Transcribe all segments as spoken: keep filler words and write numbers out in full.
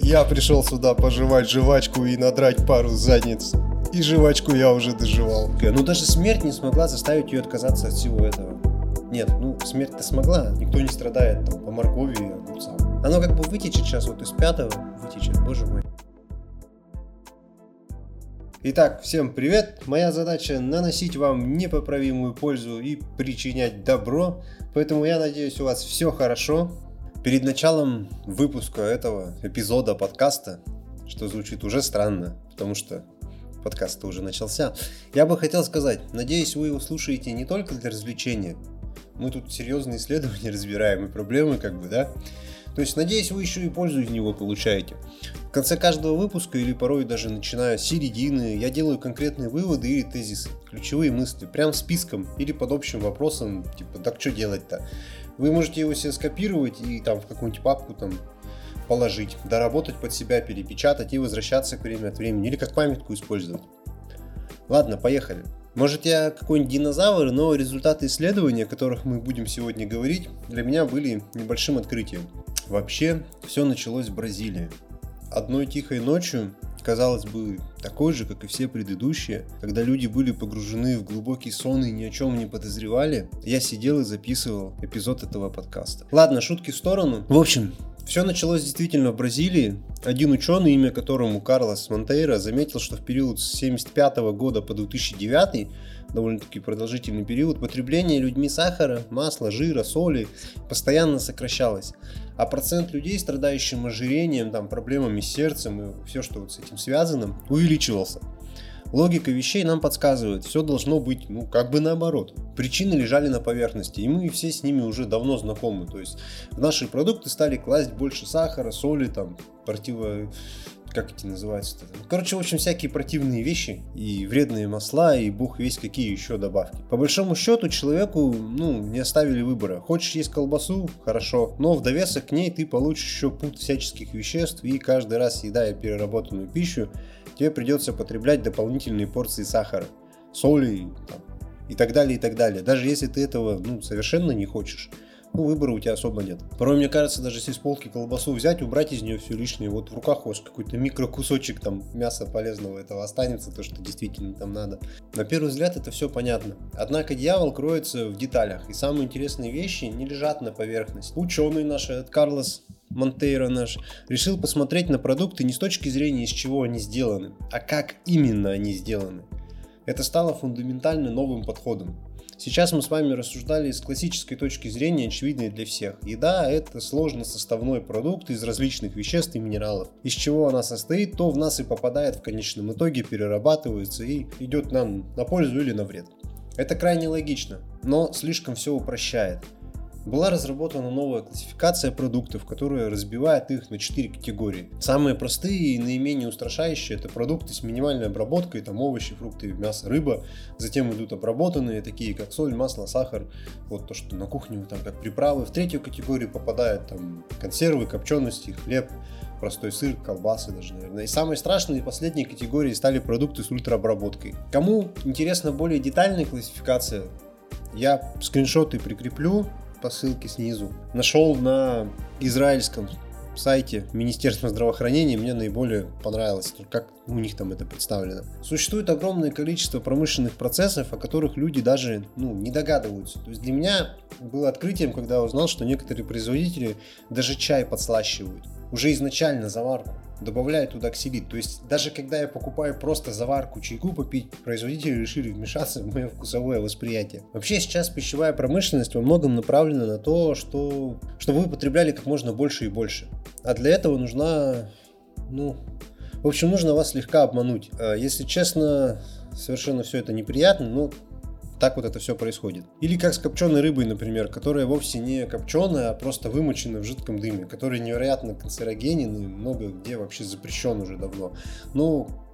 Я пришел сюда пожевать жвачку и надрать пару задниц. И жвачку я уже доживал. Ну даже смерть не смогла заставить ее отказаться от всего этого. Нет, ну смерть-то смогла. Никто не страдает там по моркови и огурцам. Оно как бы вытечет сейчас вот из пятого. Вытечет, боже мой. Итак, всем привет! Моя задача наносить вам непоправимую пользу и причинять добро. Поэтому я надеюсь, у вас все хорошо. Перед началом выпуска этого эпизода подкаста, что звучит уже странно, потому что подкаст-то уже начался, я бы хотел сказать, надеюсь, вы его слушаете не только для развлечения. Мы тут серьезные исследования разбираем и проблемы, как бы, да? То есть, надеюсь, вы еще и пользу из него получаете. В конце каждого выпуска, или порой даже начиная с середины, я делаю конкретные выводы или тезисы, ключевые мысли, прям списком или под общим вопросом, типа, так что делать-то? Вы можете его себе скопировать и там в какую-нибудь папку там положить, доработать под себя, перепечатать и возвращаться время от времени, или как памятку использовать. Ладно, поехали. Может, я какой-нибудь динозавр, но результаты исследований, о которых мы будем сегодня говорить, для меня были небольшим открытием. Вообще, все началось в Бразилии. Одной тихой ночью, казалось бы, такой же, как и все предыдущие, когда люди были погружены в глубокий сон и ни о чем не подозревали, я сидел и записывал эпизод этого подкаста. Ладно, шутки в сторону. В общем, все началось действительно в Бразилии. Один ученый, имя которому Карлос Монтейро, заметил, что в период с семьдесят пятого года по две тысячи девятый, довольно-таки продолжительный период, потребление людьми сахара, масла, жира, соли постоянно сокращалось. А процент людей, страдающих ожирением, там, проблемами с сердцем и все, что вот с этим связано, увеличивался. Логика вещей нам подсказывает, все должно быть, ну, как бы наоборот. Причины лежали на поверхности, и мы все с ними уже давно знакомы. То есть в наши продукты стали класть больше сахара, соли, там, противо... как эти называются-то? Короче, в общем, всякие противные вещи, и вредные масла, и бог весть какие еще добавки. По большому счету, человеку, ну, не оставили выбора. Хочешь есть колбасу? Хорошо. Но в довесок к ней ты получишь еще пуд всяческих веществ, и каждый раз, съедая переработанную пищу, тебе придется потреблять дополнительные порции сахара, соли, там, и так далее, и так далее. Даже если ты этого, ну, совершенно не хочешь, ну, выбора у тебя особо нет. Порой, мне кажется, даже если с полки колбасу взять, убрать из нее все лишнее, вот в руках у вас какой-то микрокусочек там мяса полезного этого останется, то, что действительно там надо. На первый взгляд это все понятно. Однако дьявол кроется в деталях, и самые интересные вещи не лежат на поверхности. Ученый наш, этот Карлос Монтейро наш, решил посмотреть на продукты не с точки зрения, из чего они сделаны, а как именно они сделаны. Это стало фундаментально новым подходом. Сейчас мы с вами рассуждали с классической точки зрения, очевидной для всех. Еда – это сложно составной продукт из различных веществ и минералов. Из чего она состоит, то в нас и попадает в конечном итоге, перерабатывается и идет нам на пользу или на вред. Это крайне логично, но слишком все упрощает. Была разработана новая классификация продуктов, которая разбивает их на четыре категории. Самые простые и наименее устрашающие – это продукты с минимальной обработкой, там овощи, фрукты, мясо, рыба. Затем идут обработанные, такие как соль, масло, сахар, вот то, что на кухне там как приправы. В третью категорию попадают там консервы, копчености, хлеб, простой сыр, колбасы даже, наверное. И самой страшной и последней категорией стали продукты с ультраобработкой. Кому интересна более детальная классификация, я скриншоты прикреплю по ссылке снизу. Нашел на израильском сайте Министерства здравоохранения, мне наиболее понравилось, как у них там это представлено. Существует огромное количество промышленных процессов, о которых люди даже, ну, не догадываются. То есть для меня было открытием, когда я узнал, что некоторые производители даже чай подслащивают. Уже изначально заварку добавляют туда ксилит. То есть даже когда я покупаю просто заварку чайку попить, производители решили вмешаться в мое вкусовое восприятие. Вообще сейчас пищевая промышленность во многом направлена на то, что, чтобы вы потребляли как можно больше и больше. А для этого нужна, ну, в общем, нужно вас слегка обмануть. Если честно, совершенно все это неприятно, но так вот это все происходит. Или как с копченой рыбой, например, которая вовсе не копченая, а просто вымочена в жидком дыме, который невероятно канцерогенен и много где вообще запрещен уже давно. Ну,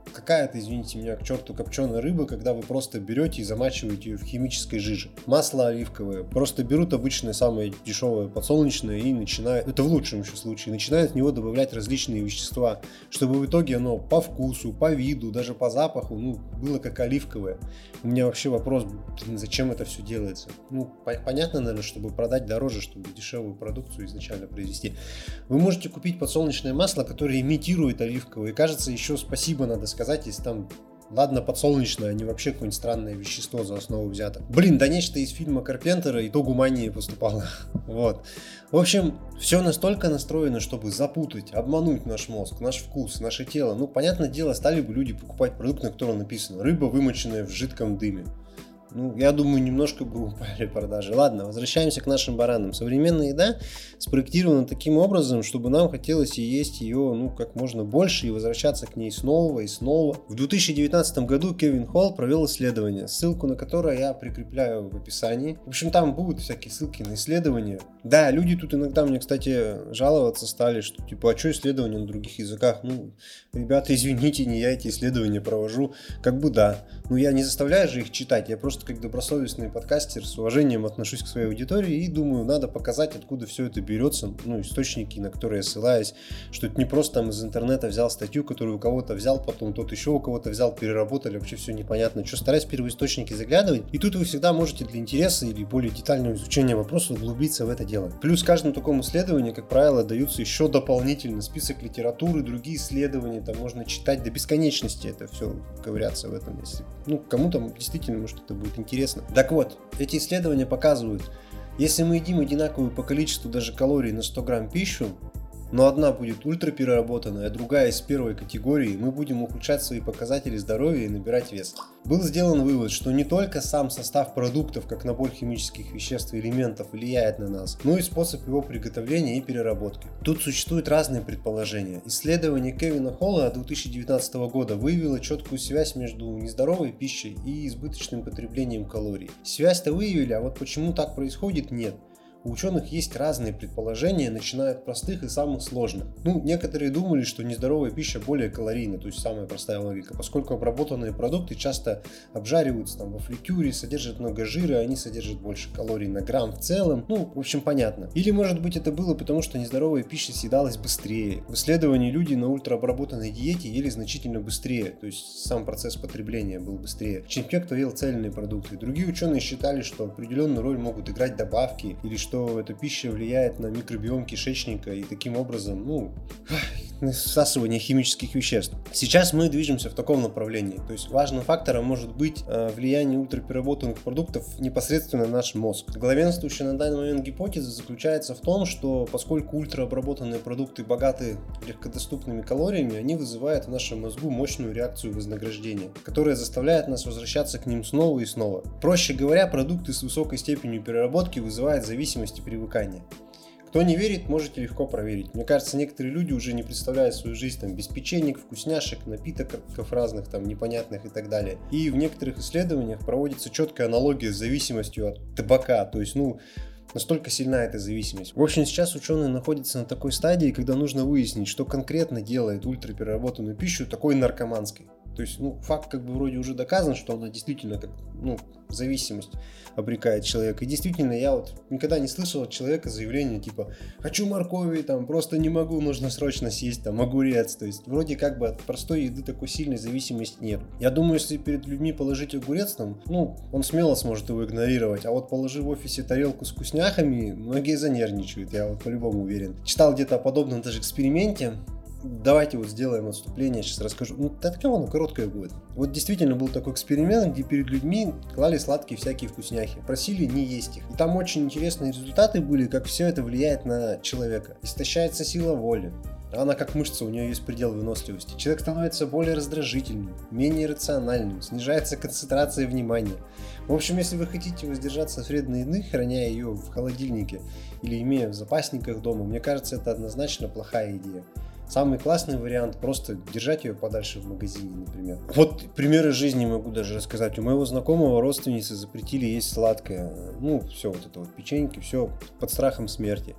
какая-то, извините меня, к черту копченая рыба, когда вы просто берете и замачиваете ее в химической жиже. Масло оливковое. Просто берут обычное самое дешевое подсолнечное и начинают, это в лучшем еще случае, начинают в него добавлять различные вещества, чтобы в итоге оно по вкусу, по виду, даже по запаху, ну, было как оливковое. У меня вообще вопрос, блин, зачем это все делается? Ну, по- понятно, наверное, чтобы продать дороже, чтобы дешевую продукцию изначально произвести. Вы можете купить подсолнечное масло, которое имитирует оливковое, и кажется, еще спасибо надо сказать, сказать, если там, ладно, подсолнечное, а не вообще какое-нибудь странное вещество за основу взято. Блин, да нечто из фильма Карпентера и то гуманнее поступало. Вот. В общем, все настолько настроено, чтобы запутать, обмануть наш мозг, наш вкус, наше тело. Ну, понятное дело, стали бы люди покупать продукт, на котором написано «рыба, вымоченная в жидком дыме». Ну, я думаю, немножко бы упали продажи. Ладно, возвращаемся к нашим баранам. Современная еда спроектирована таким образом, чтобы нам хотелось и есть ее, ну, как можно больше и возвращаться к ней снова и снова. В две тысячи девятнадцатом году Кевин Холл провел исследование, ссылку на которое я прикрепляю в описании. В общем, там будут всякие ссылки на исследования. Да, люди тут иногда мне, кстати, жаловаться стали, что типа, а что исследования на других языках? Ну, ребята, извините, не я эти исследования провожу. Как бы да. Ну, я не заставляю же их читать, я просто как добросовестный подкастер с уважением отношусь к своей аудитории и думаю, надо показать, откуда все это берется, ну, источники, на которые я ссылаюсь, что это не просто там из интернета взял статью, которую у кого-то взял, потом тот еще у кого-то взял, переработали, вообще все непонятно, что стараюсь в первоисточники заглядывать, и тут вы всегда можете для интереса или более детального изучения вопроса углубиться в это дело. Плюс каждому такому исследованию, как правило, даются еще дополнительно список литературы, другие исследования, там можно читать до бесконечности, это все ковыряться в этом, если, ну, кому-то действительно, может, это будет интересно. Так вот, эти исследования показывают, если мы едим одинаковую по количеству даже калорий на сто грамм пищу, но одна будет ультрапереработанная, а другая из первой категории, мы будем ухудшать свои показатели здоровья и набирать вес. Был сделан вывод, что не только сам состав продуктов, как набор химических веществ и элементов, влияет на нас, но и способ его приготовления и переработки. Тут существуют разные предположения. Исследование Кевина Холла две тысячи девятнадцатого года выявило четкую связь между нездоровой пищей и избыточным потреблением калорий. Связь-то выявили, а вот почему так происходит, нет. У ученых есть разные предположения, начиная от простых и самых сложных. Ну, некоторые думали, что нездоровая пища более калорийна, то есть самая простая логика, поскольку обработанные продукты часто обжариваются там во фритюре, содержат много жира, они содержат больше калорий на грамм в целом. Ну, в общем, понятно. Или, может быть, это было потому, что нездоровая пища съедалась быстрее. В исследовании люди на ультраобработанной диете ели значительно быстрее, то есть сам процесс потребления был быстрее, чем те, кто ел цельные продукты. Другие ученые считали, что определенную роль могут играть добавки, или что что эта пища влияет на микробиом кишечника и таким образом, ну, всасывание химических веществ. Сейчас мы движемся в таком направлении. То есть важным фактором может быть э, влияние ультрапереработанных продуктов непосредственно на наш мозг. Главенствующая на данный момент гипотеза заключается в том, что поскольку ультраобработанные продукты богаты легкодоступными калориями, они вызывают в нашем мозгу мощную реакцию вознаграждения, которая заставляет нас возвращаться к ним снова и снова. Проще говоря, продукты с высокой степенью переработки вызывают зависимость и привыкание. Кто не верит, можете легко проверить. Мне кажется, некоторые люди уже не представляют свою жизнь там, без печенек, вкусняшек, напитков разных, там, непонятных и так далее. И в некоторых исследованиях проводится четкая аналогия с зависимостью от табака. То есть, ну, настолько сильна эта зависимость. В общем, сейчас ученые находятся на такой стадии, когда нужно выяснить, что конкретно делает ультрапереработанную пищу такой наркоманской. То есть, ну, факт как бы вроде уже доказан, что она действительно как, ну, зависимость обрекает человека. И действительно, я вот никогда не слышал от человека заявления типа «хочу моркови, там, просто не могу, нужно срочно съесть, там, огурец». То есть, вроде как бы от простой еды такой сильной зависимости нет. Я думаю, если перед людьми положить огурец, там, ну, он смело сможет его игнорировать. А вот положи в офисе тарелку с вкусняхами, многие занервничают, я вот по-любому уверен. Читал где-то о подобном даже эксперименте. Давайте вот сделаем отступление, сейчас расскажу. Ну, такое оно короткое будет. Вот действительно был такой эксперимент, где перед людьми клали сладкие всякие вкусняхи, просили не есть их. И там очень интересные результаты были, как все это влияет на человека. Истощается сила воли. Она как мышца, у нее есть предел выносливости. Человек становится более раздражительным, менее рациональным, снижается концентрация внимания. В общем, если вы хотите воздержаться от вредной еды, храня ее в холодильнике или имея в запасниках дома, мне кажется, это однозначно плохая идея. Самый классный вариант – просто держать ее подальше в магазине, например. Вот примеры жизни могу даже рассказать. У моего знакомого родственницы запретили есть сладкое. Ну, все вот это вот, печеньки, все под страхом смерти.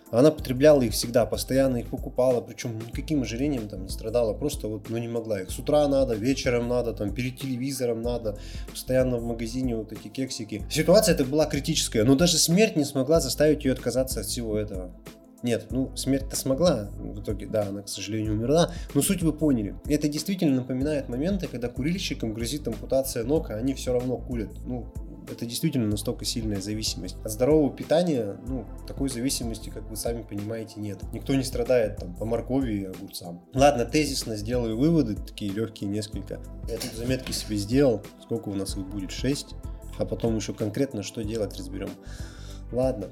Она потребляла их всегда, постоянно их покупала, причем никаким ожирением там не страдала, просто вот, ну, не могла. Их с утра надо, вечером надо, там, перед телевизором надо, постоянно в магазине вот эти кексики. Ситуация эта была критическая, но даже смерть не смогла заставить ее отказаться от всего этого. Нет, ну, смерть-то смогла, в итоге, да, она, к сожалению, умерла, но суть вы поняли. Это действительно напоминает моменты, когда курильщикам грозит ампутация ног, а они все равно курят. Ну, это действительно настолько сильная зависимость. От здорового питания, ну, такой зависимости, как вы сами понимаете, нет. Никто не страдает там по моркови и огурцам. Ладно, тезисно сделаю выводы, такие легкие несколько. Я тут заметки себе сделал, сколько у нас их будет, шесть, а потом еще конкретно что делать разберем. Ладно.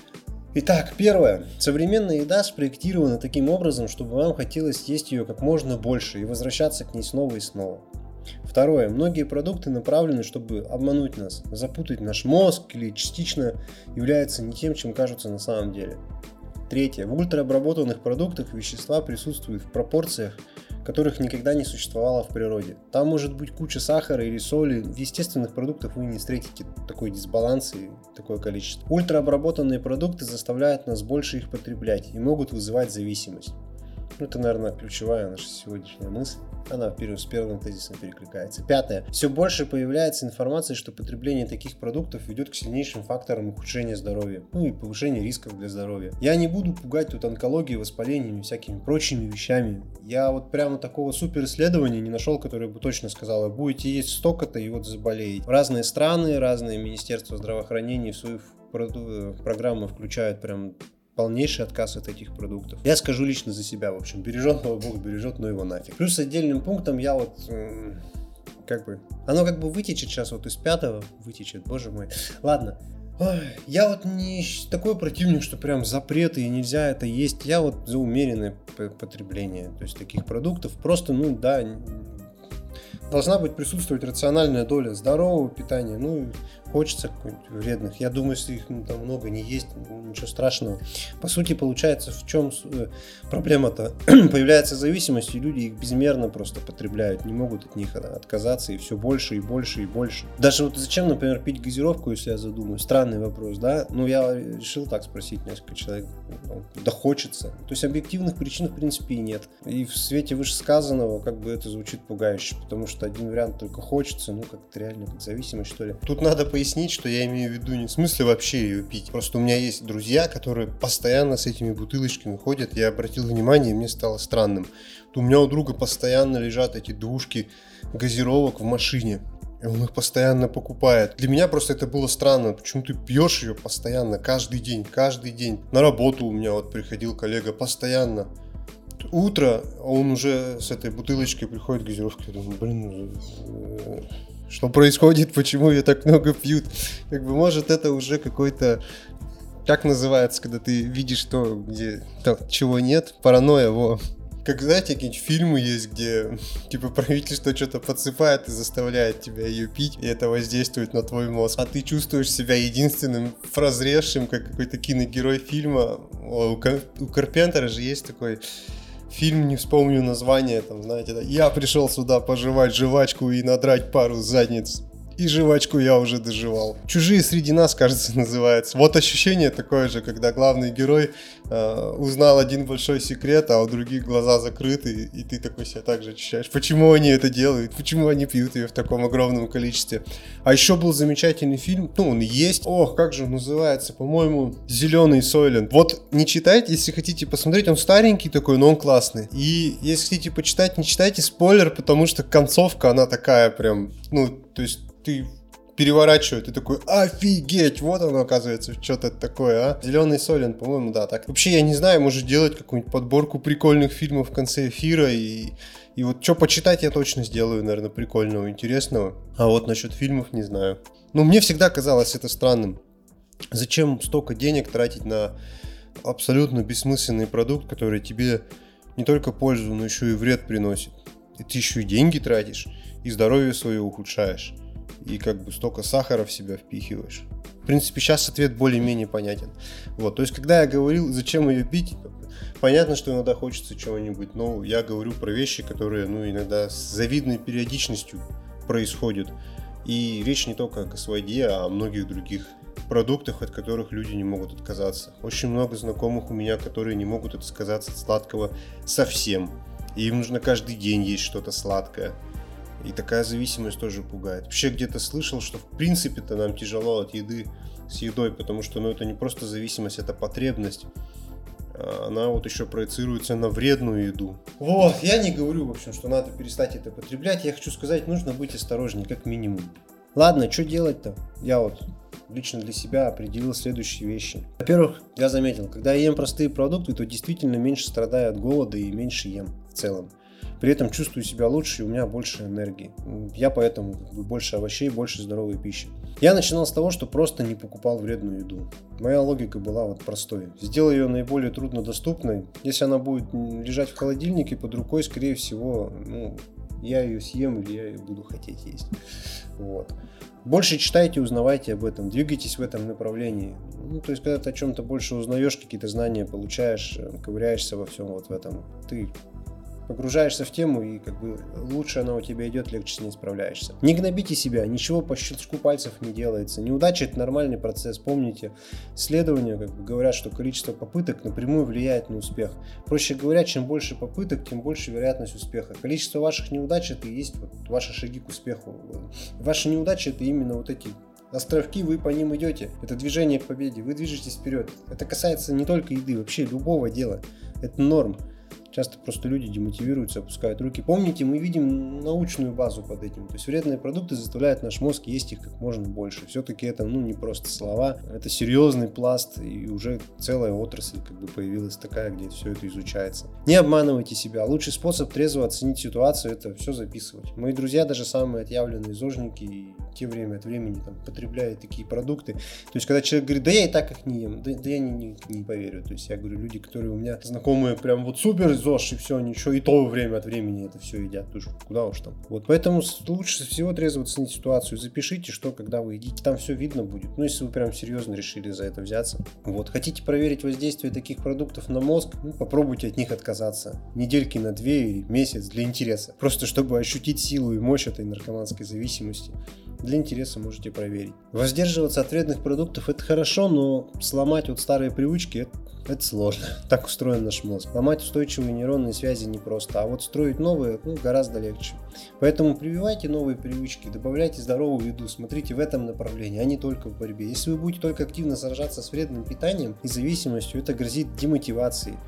Итак, первое. Современная еда спроектирована таким образом, чтобы вам хотелось есть ее как можно больше и возвращаться к ней снова и снова. Второе. Многие продукты направлены, чтобы обмануть нас, запутать наш мозг или частично являются не тем, чем кажутся на самом деле. Третье. В ультраобработанных продуктах вещества присутствуют в пропорциях, которых никогда не существовало в природе. Там может быть куча сахара или соли. В естественных продуктах вы не встретите такой дисбаланс и такое количество. Ультраобработанные продукты заставляют нас больше их потреблять и могут вызывать зависимость. Это, наверное, ключевая наша сегодняшняя мысль. Она с первым тезисом перекликается. Пятое. Все больше появляется информация, что потребление таких продуктов ведет к сильнейшим факторам ухудшения здоровья, ну и повышения рисков для здоровья. Я не буду пугать тут онкологией, воспалениями и всякими прочими вещами. Я вот прямо такого супер исследования не нашел, которое бы точно сказало, будете есть столько-то и вот заболеете. Разные страны, разные министерства здравоохранения в свою программу включают прям полнейший отказ от этих продуктов. Я скажу лично за себя, в общем, береженного Бог бережет, но его нафиг. Плюс отдельным пунктом я вот, э, как бы, оно как бы вытечет сейчас вот из пятого, вытечет, боже мой. Ладно, ой, я вот не такой противник, что прям запреты и нельзя это есть. Я вот за умеренное потребление, то есть таких продуктов. Просто, ну да, должна быть присутствовать рациональная доля здорового питания, ну, хочется каких-нибудь вредных. Я думаю, если их ну, там много не есть, ну, ничего страшного. По сути, получается, в чем проблема-то? Появляется зависимость, и люди их безмерно просто потребляют, не могут от них отказаться, и все больше, и больше, и больше. Даже вот зачем, например, пить газировку, если я задумаю? Странный вопрос, да? Ну, я решил так спросить несколько человек. Да хочется. То есть объективных причин, в принципе, и нет. И в свете вышесказанного, как бы это звучит пугающе, потому что один вариант только хочется, ну, как-то реально как зависимость, что ли. Тут надо пояснить, что я имею в виду не в смысле вообще ее пить. Просто у меня есть друзья, которые постоянно с этими бутылочками ходят. Я обратил внимание, и мне стало странным. У меня у друга постоянно лежат эти двушки газировок в машине. И он их постоянно покупает. Для меня просто это было странно. Почему ты пьешь ее постоянно, каждый день, каждый день. На работу у меня вот приходил коллега постоянно. Утро, он уже с этой бутылочкой приходит газировка. Я думаю, блин, что происходит, почему ее так много пьют? Как бы, может, это уже какой-то, как называется, когда ты видишь то, где то, чего нет, паранойя, во. Как, знаете, какие-нибудь фильмы есть, где типа правительство что-то подсыпает и заставляет тебя ее пить, и это воздействует на твой мозг. А ты чувствуешь себя единственным прозревшим, как какой-то киногерой фильма. О, у, у Карпентера же есть такой фильм, не вспомню название, там, знаете, да, я пришел сюда пожевать жвачку и надрать пару задниц. И жвачку я уже доживал. «Чужие среди нас», кажется, называется. Вот ощущение такое же, когда главный герой э, узнал один большой секрет, а у других глаза закрыты, и ты такой себя также ощущаешь. Почему они это делают? Почему они пьют ее в таком огромном количестве? А еще был замечательный фильм, ну, он есть. Ох, как же он называется? По-моему, «Зеленый Сойлент». Вот не читайте, если хотите посмотреть, он старенький такой, но он классный. И если хотите почитать, не читайте, спойлер, потому что концовка, она такая прям, ну, то есть ты переворачиваешь, ты такой, офигеть, вот оно, оказывается, что-то такое, а. «Зеленый Сойлент», по-моему, да, так. Вообще, я не знаю, может делать какую-нибудь подборку прикольных фильмов в конце эфира, и, и вот что почитать я точно сделаю, наверное, прикольного, интересного. А вот насчет фильмов не знаю. Ну, мне всегда казалось это странным. Зачем столько денег тратить на абсолютно бессмысленный продукт, который тебе не только пользу, но еще и вред приносит. И ты еще и деньги тратишь, и здоровье свое ухудшаешь. И как бы столько сахара в себя впихиваешь. В принципе, сейчас ответ более-менее понятен. Вот, то есть, когда я говорил, зачем ее пить, понятно, что иногда хочется чего-нибудь, но я говорю про вещи, которые, ну, иногда с завидной периодичностью происходят. И речь не только о косводе, а о многих других продуктов, от которых люди не могут отказаться. Очень много знакомых у меня, которые не могут отказаться от сладкого совсем. И им нужно каждый день есть что-то сладкое. И такая зависимость тоже пугает. Вообще где-то слышал, что в принципе-то нам тяжело от еды с едой, потому что ну, это не просто зависимость, это потребность. Она вот еще проецируется на вредную еду. Вот, я не говорю, в общем, что надо перестать это потреблять. Я хочу сказать, нужно быть осторожнее, как минимум. Ладно, что делать-то? Я вот лично для себя определил следующие вещи. Во-первых, я заметил, когда я ем простые продукты, то действительно меньше страдаю от голода и меньше ем в целом. При этом чувствую себя лучше, и у меня больше энергии. Я поэтому больше овощей, больше здоровой пищи. Я начинал с того, что просто не покупал вредную еду. Моя логика была вот простой. Сделай ее наиболее труднодоступной. Если она будет лежать в холодильнике под рукой, скорее всего, ну, я ее съем или я ее буду хотеть есть. Вот. Больше читайте, узнавайте об этом, двигайтесь в этом направлении. Ну, то есть, когда ты о чем-то больше узнаешь, какие-то знания получаешь, ковыряешься во всем вот в этом, ты погружаешься в тему, и как бы лучше она у тебя идет, легче с ней справляешься. Не гнобите себя, ничего по щелчку пальцев не делается. Неудача — это нормальный процесс. Помните, исследования как бы говорят, что количество попыток напрямую влияет на успех. Проще говоря, чем больше попыток, тем больше вероятность успеха. Количество ваших неудач — это и есть вот ваши шаги к успеху. Ваши неудачи — это именно вот эти островки, вы по ним идете. Это движение к победе, вы движетесь вперед. Это касается не только еды, вообще любого дела. Это норм. Часто просто люди демотивируются, опускают руки. Помните, мы видим научную базу под этим. То есть вредные продукты заставляют наш мозг есть их как можно больше. Все-таки это ну, не просто слова, это серьезный пласт, и уже целая отрасль как бы появилась такая, где все это изучается. Не обманывайте себя. Лучший способ трезво оценить ситуацию — это все записывать. Мои друзья, даже самые отъявленные зожники, и те время от времени там, потребляют такие продукты. То есть когда человек говорит, да я и так их не ем, да, да я не, не, не поверю. То есть я говорю, люди, которые у меня знакомые прям вот супер ЗОЖ, и все, ничего, и то время от времени это все едят, тоже куда уж там. Вот, поэтому лучше всего трезво оценить ситуацию, запишите, что, когда вы едите, там все видно будет, ну, если вы прям серьезно решили за это взяться. Вот, хотите проверить воздействие таких продуктов на мозг, ну, попробуйте от них отказаться, недельки на две или месяц для интереса, просто чтобы ощутить силу и мощь этой наркоманской зависимости. Для интереса можете проверить. Воздерживаться от вредных продуктов — это хорошо, но сломать вот старые привычки это, это сложно. Так устроен наш мозг. Ломать устойчивые нейронные связи непросто, а вот строить новые ну, гораздо легче. Поэтому прививайте новые привычки, добавляйте здоровую еду, смотрите в этом направлении, а не только в борьбе. Если вы будете только активно сражаться с вредным питанием и зависимостью, это грозит демотивацией.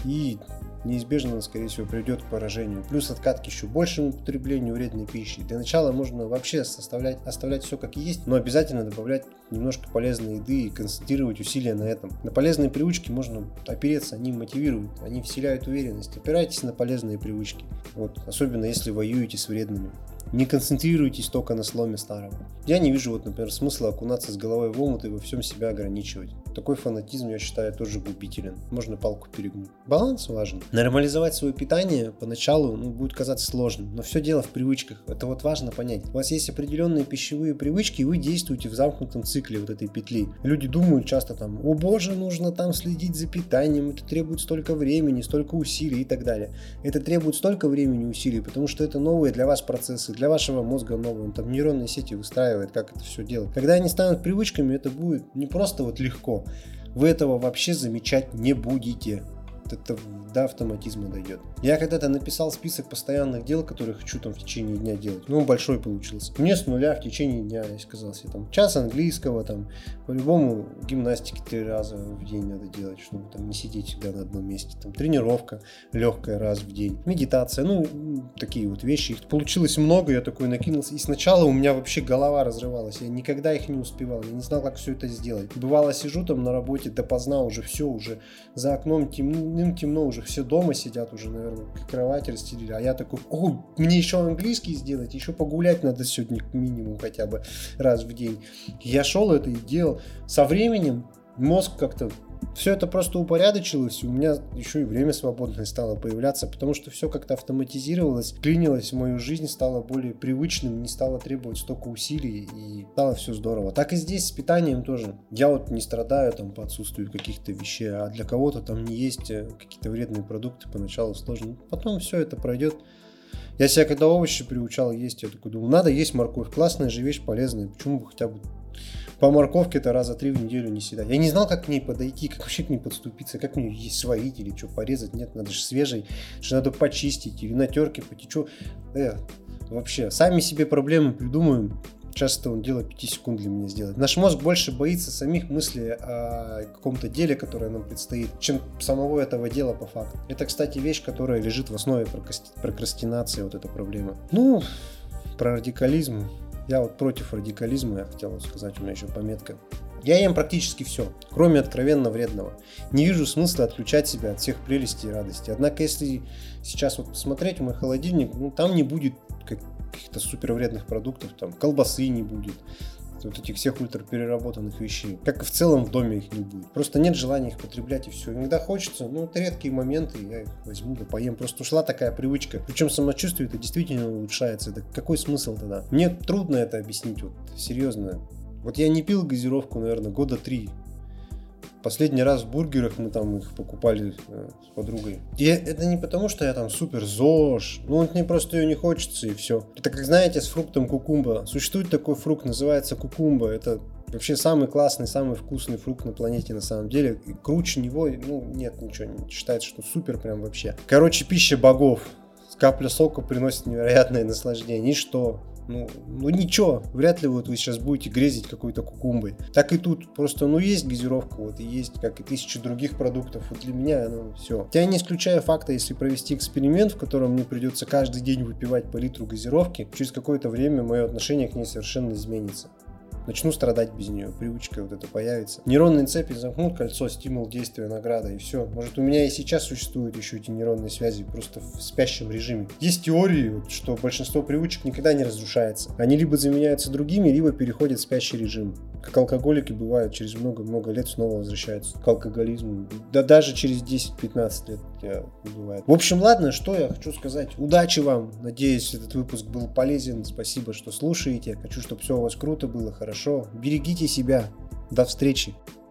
И неизбежно, скорее всего, приведет к поражению. Плюс откат к еще большему потреблению вредной пищи. Для начала можно вообще составлять, оставлять все как есть, но обязательно добавлять немножко полезной еды и концентрировать усилия на этом. На полезные привычки можно опереться, они мотивируют, они вселяют уверенность. Опирайтесь на полезные привычки, вот, особенно если воюете с вредными. Не концентрируйтесь только на сломе старого. Я не вижу, вот, например, смысла окунаться с головой в омут и во всем себя ограничивать. Такой фанатизм, я считаю, тоже губителен. Можно палку перегнуть. Баланс важен. Нормализовать свое питание поначалу ну, будет казаться сложным, но все дело в привычках. Это вот важно понять. У вас есть определенные пищевые привычки, и вы действуете в замкнутом цикле вот этой петли. Люди думают часто там, о боже, нужно там следить за питанием, это требует столько времени, столько усилий и так далее. Это требует столько времени и усилий, потому что это новые для вас процессы, для вашего мозга новые. Он там нейронные сети выстраивает, как это все делать. Когда они станут привычками, это будет не просто вот легко. Вы этого вообще замечать не будете. Это до автоматизма дойдет. Я когда-то написал список постоянных дел, которые хочу там в течение дня делать. Ну, он большой получился. Мне с нуля в течение дня, я сказал себе, там, час английского, там, по-любому гимнастики три раза в день надо делать, чтобы там не сидеть всегда на одном месте. Там, тренировка легкая раз в день. Медитация, ну, такие вот вещи. Их получилось много, я такой накинулся. И сначала у меня вообще голова разрывалась. Я никогда их не успевал. Я не знал, как все это сделать. Бывало, сижу там на работе допоздна, уже все, уже за окном темным темно, уже все дома сидят, уже, наверное, кровать расстелили, а я такой, о, мне еще английский сделать, еще погулять надо сегодня минимум хотя бы раз в день. Я шел это и делал. Со временем мозг как-то все это просто упорядочилось, и у меня еще и время свободное стало появляться, потому что все как-то автоматизировалось, клинилось в мою жизнь, стало более привычным, не стало требовать столько усилий, и стало все здорово. Так и здесь с питанием тоже. Я вот не страдаю там по отсутствию каких-то вещей, а для кого-то там не есть какие-то вредные продукты, поначалу сложно. Потом все это пройдет. Я себя когда овощи приучал есть, я такой думал, надо есть морковь, классная же вещь, полезная, почему бы хотя бы По морковке-то раза три в неделю не съедать. Я не знал, как к ней подойти, как вообще к ней подступиться, как мне ее сварить или что, порезать. Нет, надо же свежей, что надо почистить или на терке потечу. Э, вообще, сами себе проблемы придумаем. Часто он дело пяти секунд для меня сделает. Наш мозг больше боится самих мыслей о каком-то деле, которое нам предстоит, чем самого этого дела по факту. Это, кстати, вещь, которая лежит в основе прокрастинации, вот эта проблема. Ну, про радикализм. Я вот против радикализма, я хотел сказать, у меня еще пометка. Я ем практически все, кроме откровенно вредного. Не вижу смысла отключать себя от всех прелестей и радостей. Однако, если сейчас вот посмотреть в мой холодильник, ну там не будет каких-то супер вредных продуктов, там колбасы не будет, вот этих всех ультрапереработанных вещей. Как и в целом в доме их не будет. Просто нет желания их потреблять и все. Иногда хочется, ну это редкие моменты, я их возьму да поем. Просто ушла такая привычка. Причем самочувствие это действительно улучшается. Да какой смысл тогда? Мне трудно это объяснить, вот серьезно. Вот я не пил газировку, наверное, года три. Последний раз в бургерах мы там их покупали э, с подругой. И это не потому, что я там супер ЗОЖ. Ну, вот мне просто ее не хочется и все. Это как, знаете, с фруктом кукумба. Существует такой фрукт, называется кукумба. Это вообще самый классный, самый вкусный фрукт на планете на самом деле. И круче него, ну, нет ничего. Не считается, что супер прям вообще. Короче, пища богов. Капля сока приносит невероятное наслаждение. И что? Ну, ну ничего, вряд ли вот вы сейчас будете грезить какой-то кукумбой. Так и тут, просто ну есть газировка, вот и есть, как и тысячи других продуктов. Вот для меня, ну все. Я не исключаю факта, если провести эксперимент, в котором мне придется каждый день выпивать по литру газировки, через какое-то время мое отношение к ней совершенно изменится. Начну страдать без нее, привычка вот эта появится. Нейронные цепи замкнут кольцо, стимул, действия, награда и все. Может у меня и сейчас существуют еще эти нейронные связи, просто в спящем режиме. Есть теории, что большинство привычек никогда не разрушается. Они либо заменяются другими, либо переходят в спящий режим. Как алкоголики бывают, через много-много лет снова возвращаются к алкоголизму. Да даже через десять-пятнадцать лет бывает. В общем, ладно, что я хочу сказать. Удачи вам. Надеюсь, этот выпуск был полезен. Спасибо, что слушаете. Хочу, чтобы все у вас круто было, хорошо. Берегите себя. До встречи.